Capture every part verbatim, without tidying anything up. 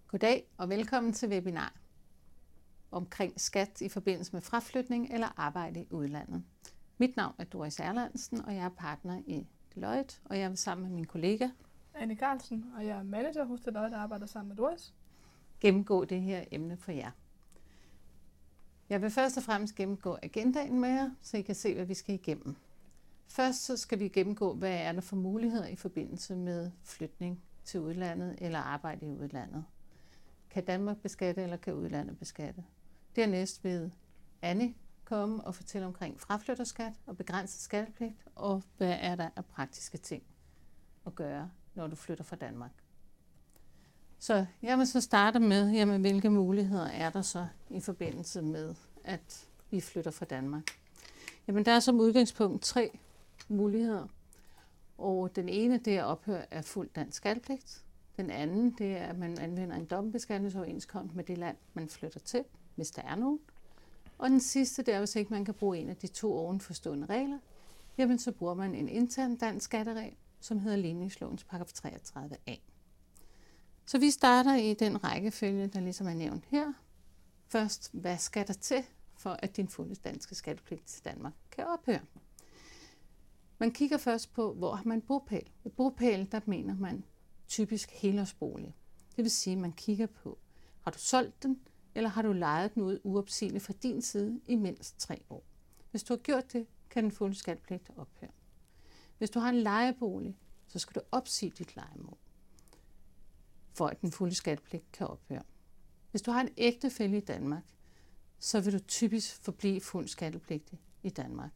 Goddag og velkommen til webinar omkring skat i forbindelse med fraflytning eller arbejde i udlandet. Mit navn er Doris Erlandsen, og jeg er partner i Deloitte, og jeg er sammen med min kollega Anne Carlsen, og jeg er manager hos Deloitte og arbejder sammen med Doris. Gennemgå det her emne for jer. Jeg vil først og fremmest gennemgå agendaen med jer, så I kan se, hvad vi skal igennem. Først så skal vi gennemgå, hvad er der for muligheder i forbindelse med flytning til udlandet eller arbejde i udlandet. Kan Danmark beskatte, eller kan udlandet beskatte? Dernæst vil Anne komme og fortælle omkring fraflytterskat og begrænset skattepligt, og hvad er der af praktiske ting at gøre, når du flytter fra Danmark. Så jeg vil så starte med, jamen, hvilke muligheder er der så i forbindelse med, at vi flytter fra Danmark. Jamen, der er som udgangspunkt tre muligheder, og den ene, det er ophør af fuld dansk skattepligt. Den anden, det er, at man anvender en dobbeltbeskatningsoverenskomst med det land, man flytter til, hvis der er nogen. Og den sidste, det er, hvis ikke man kan bruge en af de to ovenforstående regler, jamen så bruger man en intern dansk skatteregel, som hedder ligningslovens paragraf treogtredive a. Så vi starter i den rækkefølge, der ligesom er nævnt her. Først, hvad skal der til, for at din fulde danske skattepligt til Danmark kan ophøre? Man kigger først på, hvor har man bopæl. Ved bopæl, der mener man typisk helårsbolig. Det vil sige, at man kigger på, har du solgt den, eller har du lejet den ud uopsigeligt fra din side i mindst tre år. Hvis du har gjort det, kan den fulde skattepligt ophøre. Hvis du har en lejebolig, så skal du opsige dit lejemål, for at den fulde skattepligt kan ophøre. Hvis du har en ægtefælle i Danmark, så vil du typisk forblive fuldt skattepligtig i Danmark.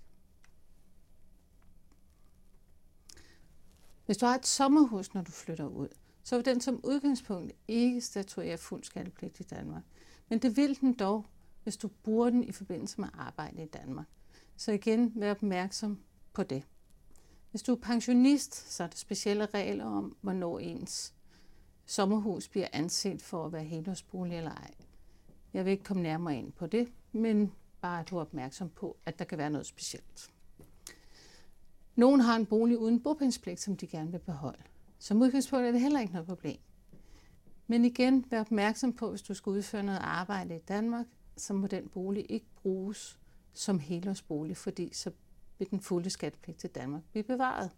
Hvis du har et sommerhus, når du flytter ud, så vil den som udgangspunkt ikke statuere fuld skattepligt i Danmark. Men det vil den dog, hvis du bruger den i forbindelse med arbejde i Danmark. Så igen, vær opmærksom på det. Hvis du er pensionist, så er der specielle regler om, hvornår ens sommerhus bliver anset for at være helårsbolig eller ej. Jeg vil ikke komme nærmere ind på det, men bare at du er opmærksom på, at der kan være noget specielt. Nogen har en bolig uden bopælspligt, som de gerne vil beholde. Som udgangspunkt er det heller ikke noget problem. Men igen, vær opmærksom på, hvis du skal udføre noget arbejde i Danmark, så må den bolig ikke bruges som helårsbolig, fordi så vil den fulde skattepligt til Danmark blive bevaret.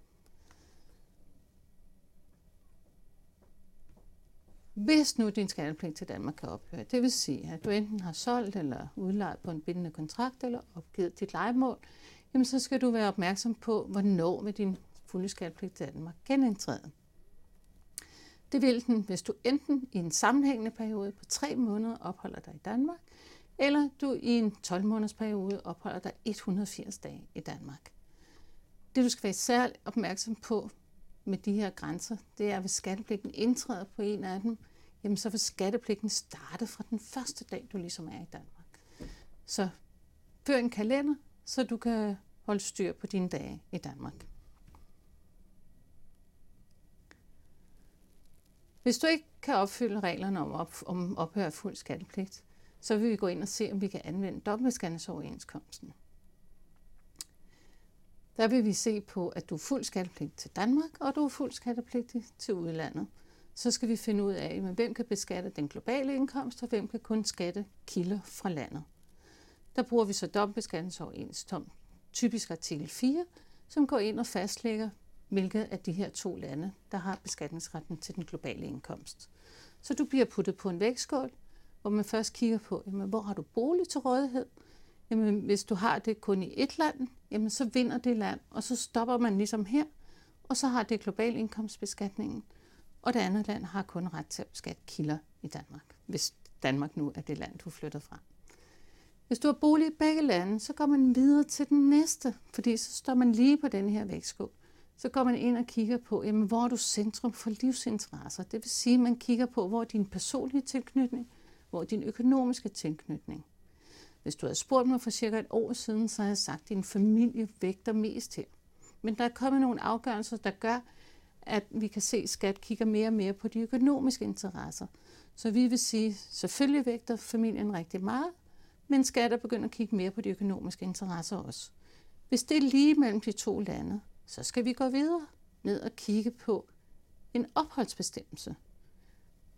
Hvis nu din skattepligt til Danmark kan ophøre, det vil sige, at du enten har solgt eller udlejet på en bindende kontrakt eller opgivet dit lejemål, jamen så skal du være opmærksom på, hvornår vil din fulde skattepligt til Danmark genindtræde. Det vil den, hvis du enten i en sammenhængende periode på tre måneder opholder dig i Danmark, eller du i en tolv måneders periode opholder dig et hundrede og firs dage i Danmark. Det du skal være særligt opmærksom på med de her grænser, det er, at hvis skattepligten indtræder på en af dem, jamen så vil skattepligten starte fra den første dag, du ligesom er i Danmark. Så før en kalender, så du kan holde styr på dine dage i Danmark. Hvis du ikke kan opfylde reglerne om, op, om ophør af fuld skattepligt, så vil vi gå ind og se, om vi kan anvende dobbeltbeskatningsoverenskomsten. Der vil vi se på, at du er fuld skattepligt til Danmark, og du er fuld skattepligtig til udlandet. Så skal vi finde ud af, hvem kan beskatte den globale indkomst, og hvem kan kun skatte kilder fra landet. Der bruger vi så dobbeltbeskatningsoverenskomst, typisk artikel fire, som går ind og fastlægger, hvilket af de her to lande, der har beskatningsretten til den globale indkomst. Så du bliver puttet på en vægtskål, hvor man først kigger på, jamen, hvor har du bolig til rådighed? Jamen, hvis du har det kun i et land, jamen, så vinder det land, og så stopper man ligesom her, og så har det global indkomstbeskatningen, og det andet land har kun ret til at beskatte kilder i Danmark, hvis Danmark nu er det land, du flytter fra. Hvis du har bolig i begge lande, så går man videre til den næste, fordi så står man lige på den her vægtskål. Så går man ind og kigger på, jamen, hvor er du centrum for livsinteresser. Det vil sige, at man kigger på, hvor er din personlige tilknytning, hvor er din økonomiske tilknytning. Hvis du havde spurgt mig for cirka et år siden, så havde jeg sagt, at din familie vægter mest her. Men der er kommet nogle afgørelser, der gør, at vi kan se, at skat kigger mere og mere på de økonomiske interesser. Så vi vil sige, selvfølgelig vægter familien rigtig meget, men skat er begyndt at kigge mere på de økonomiske interesser også. Hvis det er lige mellem de to lande, så skal vi gå videre ned og kigge på en opholdsbestemmelse.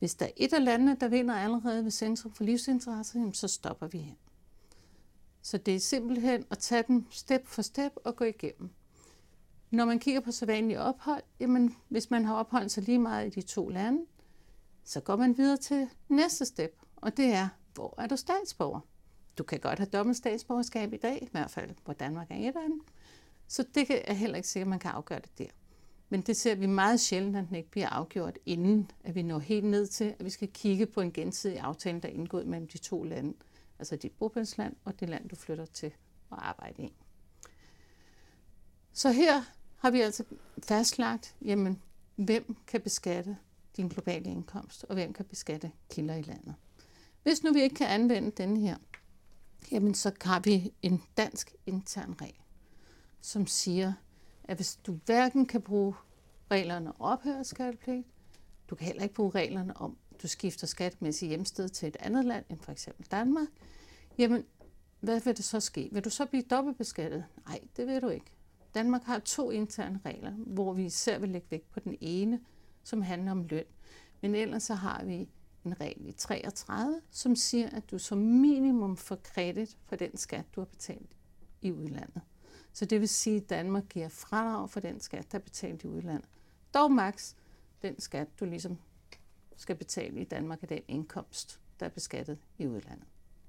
Hvis der er et af landene, der vinder allerede ved Centrum for Livsinteresse, så stopper vi her. Så det er simpelthen at tage dem step for step og gå igennem. Når man kigger på sædvanlige ophold, jamen hvis man har opholdt sig lige meget i de to lande, så går man videre til næste step, og det er, hvor er du statsborger? Du kan godt have dobbelt statsborgerskab i dag, i hvert fald, hvor Danmark er et af dem. Så det er heller ikke sikkert, at man kan afgøre det der. Men det ser vi meget sjældent, at den ikke bliver afgjort, inden at vi når helt ned til, at vi skal kigge på en gensidig aftale, der er indgået mellem de to lande. Altså dit bopælsland og det land, du flytter til at arbejde i. Så her har vi altså fastlagt, jamen, hvem kan beskatte din globale indkomst, og hvem kan beskatte kilder i landet. Hvis nu vi ikke kan anvende denne her, jamen så har vi en dansk intern regel, som siger, at hvis du hverken kan bruge reglerne om ophørsskattepligt, du kan heller ikke bruge reglerne om, at du skifter skattemæssigt hjemsted til et andet land end for eksempel Danmark, jamen hvad vil det så ske? Vil du så blive dobbeltbeskattet? Nej, det vil du ikke. Danmark har to interne regler, hvor vi især vil lægge vægt på den ene, som handler om løn. Men ellers så har vi en regel i treogtredive, som siger, at du som minimum får kredit for den skat, du har betalt i udlandet. Så det vil sige, at Danmark giver fradrag for den skat, der er betalt i udlandet. Dog maks den skat, du ligesom skal betale i Danmark, er den indkomst, der er beskattet i udlandet.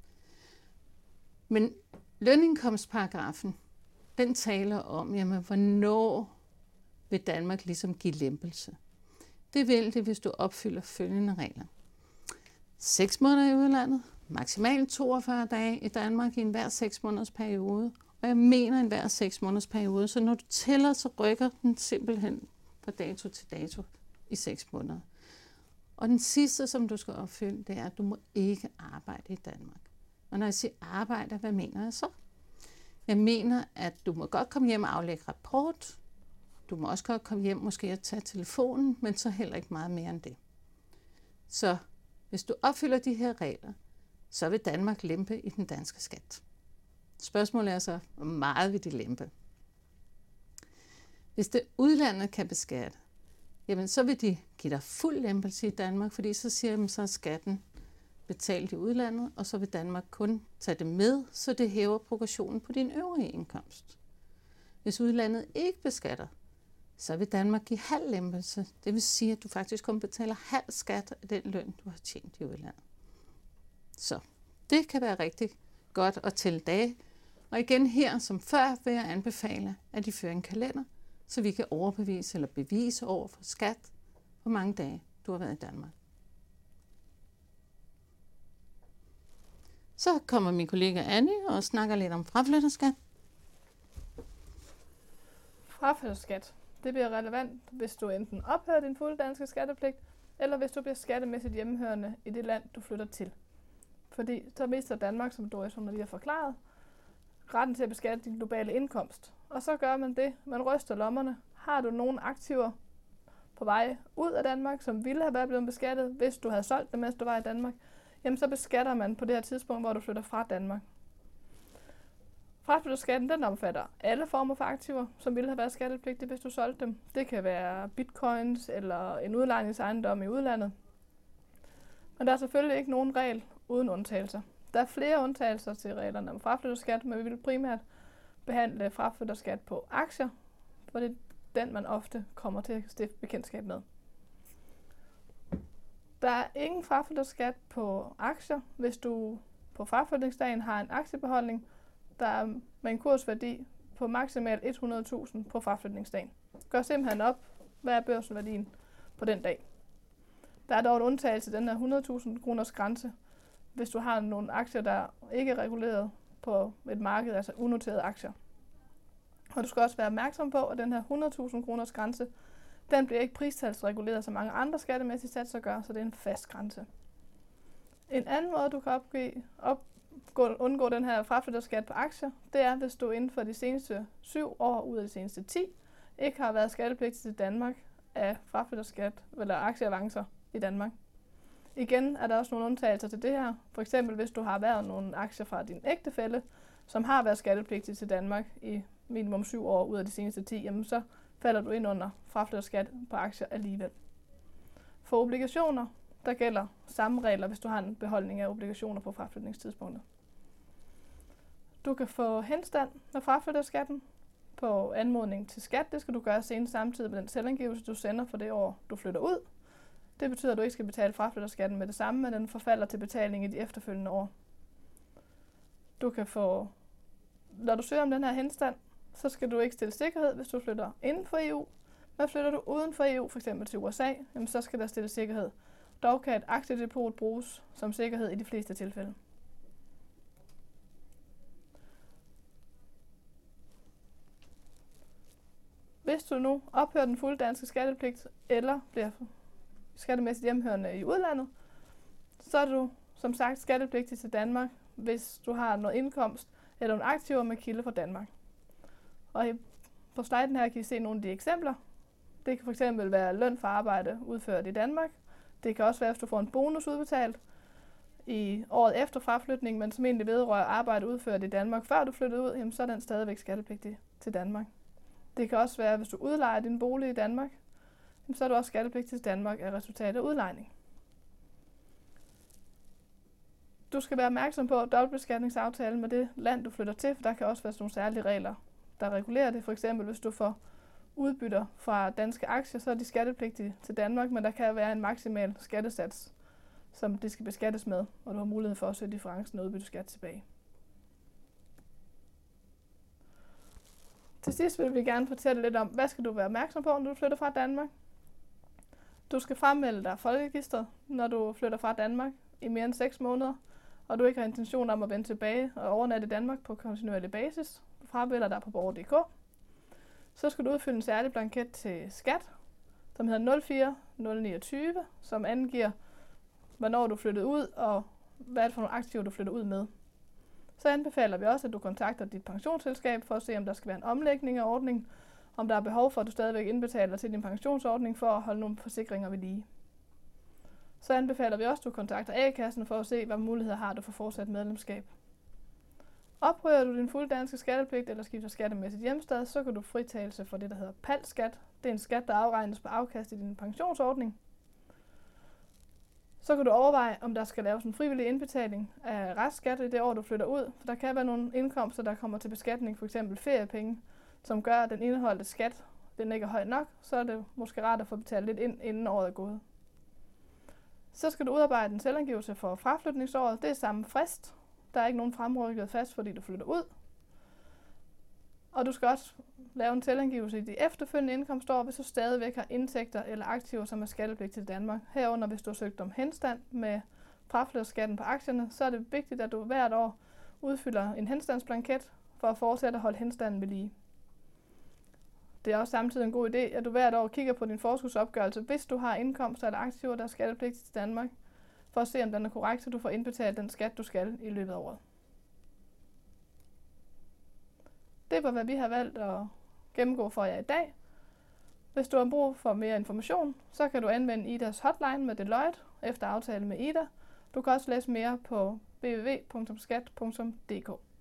Men lønindkomstparagrafen, den taler om, jamen, hvornår vil Danmark ligesom give lempelse. Det vil det, hvis du opfylder følgende regler. seks måneder i udlandet, maksimalt toogfyrre dage i Danmark i enhver seks måneders periode. Og jeg mener enhver seks måneders periode, så når du tæller, så rykker den simpelthen fra dato til dato i seks måneder. Og den sidste, som du skal opfylde, det er, at du må ikke arbejde i Danmark. Og når jeg siger arbejde, hvad mener jeg så? Jeg mener, at du må godt komme hjem og aflægge rapport. Du må også godt komme hjem måske at tage telefonen, men så heller ikke meget mere end det. Så hvis du opfylder de her regler, så vil Danmark lempe i den danske skat. Spørgsmålet er så, hvor meget vil de lempe? Hvis det udlandet kan beskatte, jamen så vil de give dig fuld lempelse i Danmark, fordi så siger de, så er skatten betalt i udlandet, og så vil Danmark kun tage det med, så det hæver progressionen på din øvrige indkomst. Hvis udlandet ikke beskatter, så vil Danmark give halv lempelse. Det vil sige, at du faktisk kun betaler halv skat af den løn, du har tjent i udlandet. Så det kan være rigtig godt at tælle dage. Og igen her, som før, vil jeg anbefale, at de fører en kalender, så vi kan overbevise eller bevise over for skat, hvor mange dage du har været i Danmark. Så kommer min kollega Annie og snakker lidt om fraflytterskat. Fraflytterskat. Det bliver relevant, hvis du enten ophører din fulde danske skattepligt, eller hvis du bliver skattemæssigt hjemmehørende i det land, du flytter til. Fordi så mister Danmark, som Doris hun lige har forklaret, retten til at beskatte din globale indkomst. Og så gør man det, man ryster lommerne. Har du nogle aktiver på vej ud af Danmark, som ville have været blevet beskattet, hvis du havde solgt dem, mens du var i Danmark, jamen så beskatter man på det her tidspunkt, hvor du flytter fra Danmark. Fraflytterskatten, den omfatter alle former for aktiver, som ville have været skattepligtige, hvis du solgte dem. Det kan være bitcoins eller en udlejningsejendom i udlandet. Men der er selvfølgelig ikke nogen regel uden undtagelser. Der er flere undtagelser til reglerne om fraflytterskat, men vi vil primært behandle fraflytterskat på aktier, for det er den, man ofte kommer til at stifte bekendtskab med. Der er ingen fraflytterskat på aktier, hvis du på fraflytningsdagen har en aktiebeholdning, der er med en kursværdi på maksimalt hundrede tusind på fraflytningsdagen. Gør simpelthen op, hvad er børsværdien på den dag. Der er dog en undtagelse til den her hundrede tusind kroners grænse, hvis du har nogle aktier, der ikke er reguleret på et marked, altså unoterede aktier. Og du skal også være opmærksom på, at den her hundrede tusind kroners grænse, den bliver ikke pristalsreguleret, som mange andre skattemæssige satser gør, så det er en fast grænse. En anden måde, du kan opgive, op, undgå den her fraflytterskat på aktier, det er, hvis du inden for de seneste syv år ud af de seneste ti ikke har været skattepligtig til Danmark af fraflytterskat eller aktieavancer i Danmark. Igen er der også nogle undtagelser til det her. For eksempel hvis du har været nogle aktier fra din ægtefælle, som har været skattepligtig til Danmark i minimum syv år ud af de seneste ti, jamen så falder du ind under fraflytterskat på aktier alligevel. For obligationer, der gælder samme regler, hvis du har en beholdning af obligationer på fraflytningstidspunktet. Du kan få henstand med fraflytterskatten på anmodning til skat. Det skal du gøre senest samtidig med den selvangivelse, du sender for det år, du flytter ud. Det betyder, at du ikke skal betale fraflytterskatten med det samme, men den forfalder til betaling i de efterfølgende år. Du kan få, når du søger om den her henstand, så skal du ikke stille sikkerhed, hvis du flytter inden for E U. Men flytter du uden for E U, f.eks. til U S A, jamen så skal der stille sikkerhed. Dog kan et aktiedepot bruges som sikkerhed i de fleste tilfælde. Hvis du nu ophører den fulde danske skattepligt, eller bliver skattemæssigt hjemhørende i udlandet, så er du som sagt skattepligtig til Danmark, hvis du har noget indkomst eller nogle aktiver med kilde fra Danmark. Og på sliden her kan I se nogle af de eksempler. Det kan fx være løn for arbejde udført i Danmark. Det kan også være, hvis du får en bonus udbetalt i året efter fraflytning, men som egentlig vedrører arbejde udført i Danmark, før du flyttede ud, jamen så er den stadigvæk skattepligtig til Danmark. Det kan også være, hvis du udlejer din bolig i Danmark, jamen så er du også skattepligtig til Danmark af resultat af udlejning. Du skal være opmærksom på dobbeltbeskatningsaftalen med det land, du flytter til, for der kan også være nogle særlige regler, der regulerer det. For eksempel, hvis du får udbytter fra danske aktier, så er de skattepligtige til Danmark, men der kan være en maksimal skattesats, som det skal beskattes med, og du har mulighed for at søge differencen af udbytteskat tilbage. Til sidst vil vi gerne fortælle lidt om, hvad skal du være opmærksom på, når du flytter fra Danmark. Du skal fremmelde dig folkeregistret, når du flytter fra Danmark i mere end seks måneder, og du ikke har intention om at vende tilbage og overnatte i Danmark på kontinuerlig basis. Du framelder dig på borger punktum d k. Så skal du udfylde en særlig blanket til skat, som hedder nul fire nul niogtyve, som angiver, hvornår du flyttede ud, og hvad er det for nogle aktiver, du flytter ud med. Så anbefaler vi også, at du kontakter dit pensionsselskab for at se, om der skal være en omlægning af ordningen, om der er behov for, at du stadigvæk indbetaler til din pensionsordning for at holde nogle forsikringer ved lige. Så anbefaler vi også, at du kontakter A-kassen for at se, hvad muligheder har du for fortsat medlemskab. Ophører du din fulde danske skattepligt eller skifter skattemæssigt hjemsted, så kan du fritagelse for det, der hedder P A L-skat. Det er en skat, der afregnes på afkast i din pensionsordning. Så kan du overveje, om der skal laves en frivillig indbetaling af restskat i det år, du flytter ud. For der kan være nogle indkomster, der kommer til beskatning, f.eks. feriepenge, som gør, at den indeholdte skat den ikke er høj nok. Så er det måske rart at få betalt lidt ind, inden året er gået. Så skal du udarbejde en selvangivelse for fraflytningsåret. Det er samme frist. Der er ikke nogen fremrykket fast, fordi du flytter ud. Og du skal også lave en selvangivelse i de efterfølgende indkomstår, hvis du stadigvæk har indtægter eller aktiver, som er skattepligtige til Danmark. Herunder, hvis du har søgt om henstand med fraflytterskatten på aktierne, så er det vigtigt, at du hvert år udfylder en henstandsblanket for at fortsætte at holde henstanden ved lige. Det er også samtidig en god idé, at du hvert år kigger på din forskudsopgørelse, hvis du har indkomster eller aktiver, der er skattepligtige til Danmark, for at se, om den er korrekt, så du får indbetalt den skat, du skal i løbet af året. Det var, hvad vi har valgt at gennemgå for jer i dag. Hvis du har brug for mere information, så kan du anvende Idas hotline med Deloitte efter aftale med Ida. Du kan også læse mere på w w w punktum skat punktum d k.